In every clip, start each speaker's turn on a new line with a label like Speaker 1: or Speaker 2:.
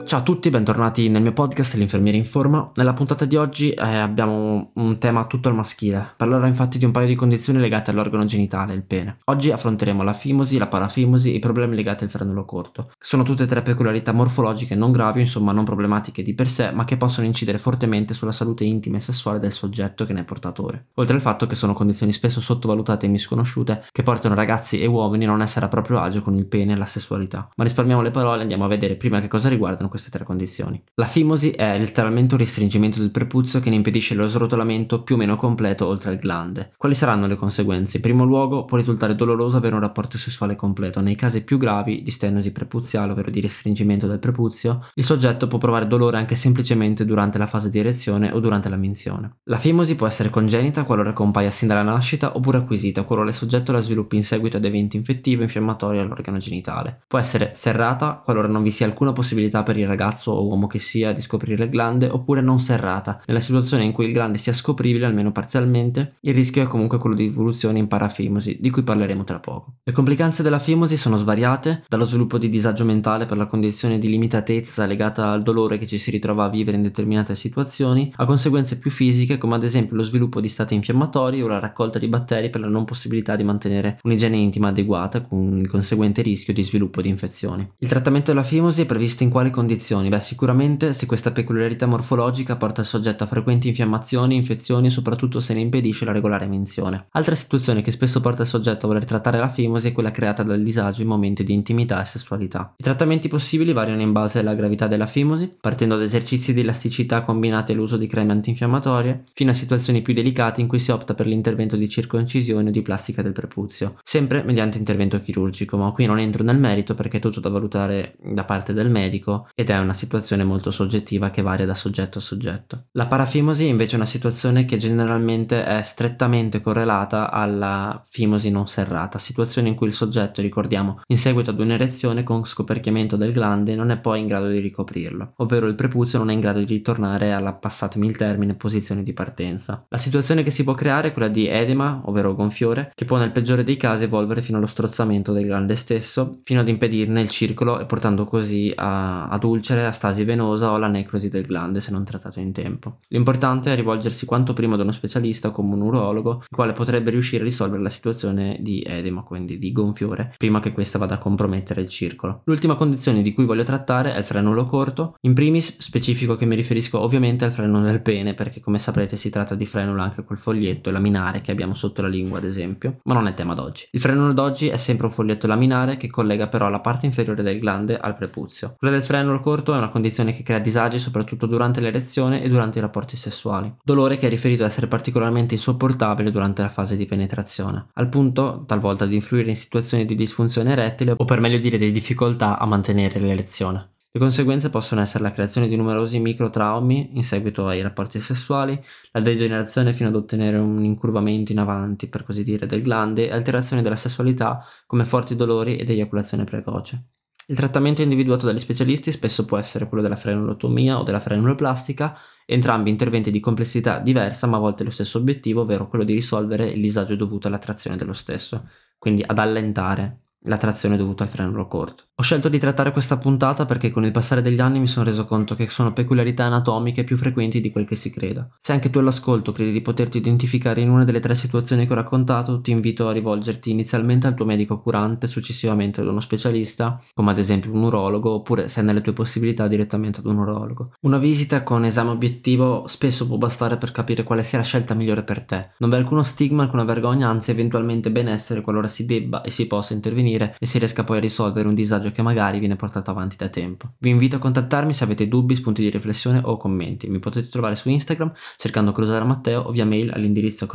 Speaker 1: Ciao a tutti, bentornati nel mio podcast L'infermiere informa. Nella puntata di oggi abbiamo un tema tutto al maschile. Parlerò infatti di un paio di condizioni legate all'organo genitale, il pene. Oggi affronteremo la fimosi, la parafimosi e i problemi legati al frenulo corto. Sono tutte e tre peculiarità morfologiche non gravi, insomma non problematiche di per sé, ma che possono incidere fortemente sulla salute intima e sessuale del soggetto che ne è portatore. Oltre al fatto che sono condizioni spesso sottovalutate e misconosciute che portano ragazzi e uomini a non essere a proprio agio con il pene e la sessualità. Ma risparmiamo le parole e andiamo a vedere prima che cosa riguardano queste tre condizioni. La fimosi è letteralmente un restringimento del prepuzio che ne impedisce lo srotolamento più o meno completo oltre al glande. Quali saranno le conseguenze? In primo luogo può risultare doloroso avere un rapporto sessuale completo. Nei casi più gravi di stenosi prepuziale, ovvero di restringimento del prepuzio, il soggetto può provare dolore anche semplicemente durante la fase di erezione o durante la minzione. La fimosi può essere congenita qualora compaia sin dalla nascita oppure acquisita qualora il soggetto la sviluppi in seguito ad eventi infettivi o infiammatori all'organo genitale. Può essere serrata qualora non vi sia alcuna possibilità per il ragazzo o uomo che sia di scoprire il glande, oppure non serrata. Nella situazione in cui il glande sia scopribile almeno parzialmente, il rischio è comunque quello di evoluzione in parafimosi, di cui parleremo tra poco. Le complicanze della fimosi sono svariate, dallo sviluppo di disagio mentale per la condizione di limitatezza legata al dolore che ci si ritrova a vivere in determinate situazioni, a conseguenze più fisiche come ad esempio lo sviluppo di stati infiammatori o la raccolta di batteri per la non possibilità di mantenere un'igiene intima adeguata, con il conseguente rischio di sviluppo di infezioni. Il trattamento della fimosi è previsto in quali condizioni? Sicuramente se questa peculiarità morfologica porta il soggetto a frequenti infiammazioni, infezioni e soprattutto se ne impedisce la regolare minzione. Altra situazione che spesso porta il soggetto a voler trattare la fimosi è quella creata dal disagio in momenti di intimità e sessualità. I trattamenti possibili variano in base alla gravità della fimosi, partendo da esercizi di elasticità combinati all'uso di creme antinfiammatorie, fino a situazioni più delicate in cui si opta per l'intervento di circoncisione o di plastica del prepuzio, sempre mediante intervento chirurgico, ma qui non entro nel merito perché è tutto da valutare da parte del medico ed è una situazione molto soggettiva che varia da soggetto a soggetto. La parafimosi invece è una situazione che generalmente è strettamente correlata alla fimosi non serrata, situazione in cui il soggetto, ricordiamo, in seguito ad un'erezione con scoperchiamento del glande non è poi in grado di ricoprirlo, ovvero il prepuzio non è in grado di ritornare alla, passatemi il termine, posizione di partenza. La situazione che si può creare è quella di edema, ovvero gonfiore, che può nel peggiore dei casi evolvere fino allo strozzamento del glande stesso, fino ad impedirne il circolo e portando così ad ulcere, a stasi venosa o alla necrosi del glande se non trattato in tempo. L'importante è rivolgersi quanto prima ad uno specialista come un urologo, il quale potrebbe riuscire a risolvere la situazione di edema, quindi di gonfiore, prima che questa vada a compromettere il circolo. L'ultima condizione di cui voglio trattare è il frenulo corto. In primis specifico che mi riferisco ovviamente al frenulo del pene, perché come saprete si tratta di frenulo anche col foglietto laminare che abbiamo sotto la lingua ad esempio, ma non è tema d'oggi. Il frenulo d'oggi è sempre un foglietto laminare che collega però la parte inferiore del glande al prepuzio. Quella del frenulo corto è una condizione che crea disagi soprattutto durante l'erezione e durante i rapporti sessuali. Dolore che è riferito ad essere particolarmente insopportabile durante la fase di penetrazione, al punto talvolta di influire in situazioni di disfunzione erettile o per meglio dire di difficoltà a mantenere l'erezione. Le conseguenze possono essere la creazione di numerosi microtraumi in seguito ai rapporti sessuali, la degenerazione fino ad ottenere un incurvamento in avanti, per così dire, del glande e alterazioni della sessualità come forti dolori ed eiaculazione precoce. Il trattamento individuato dagli specialisti spesso può essere quello della frenulotomia o della frenuloplastica, entrambi interventi di complessità diversa ma a volte lo stesso obiettivo, ovvero quello di risolvere il disagio dovuto alla trazione dello stesso, quindi ad allentare la trazione dovuta al frenulo corto. Ho scelto di trattare questa puntata perché con il passare degli anni mi sono reso conto che sono peculiarità anatomiche più frequenti di quel che si creda. Se anche tu all'ascolto credi di poterti identificare in una delle tre situazioni che ho raccontato, ti invito a rivolgerti inizialmente al tuo medico curante, successivamente ad uno specialista, come ad esempio un urologo, oppure se è nelle tue possibilità direttamente ad un urologo. Una visita con esame obiettivo spesso può bastare per capire quale sia la scelta migliore per te. Non vi è alcuno stigma, alcuna vergogna, anzi eventualmente benessere qualora si debba e si possa intervenire e si riesca poi a risolvere un disagio che magari viene portato avanti da tempo. Vi invito a contattarmi se avete dubbi, spunti di riflessione o commenti. Mi potete trovare su Instagram cercando Crosara Matteo o via mail all'indirizzo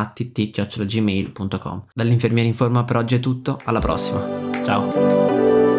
Speaker 1: crosara.matt@gmail.com. Dall'infermiere in forma per oggi è tutto, alla prossima. Ciao!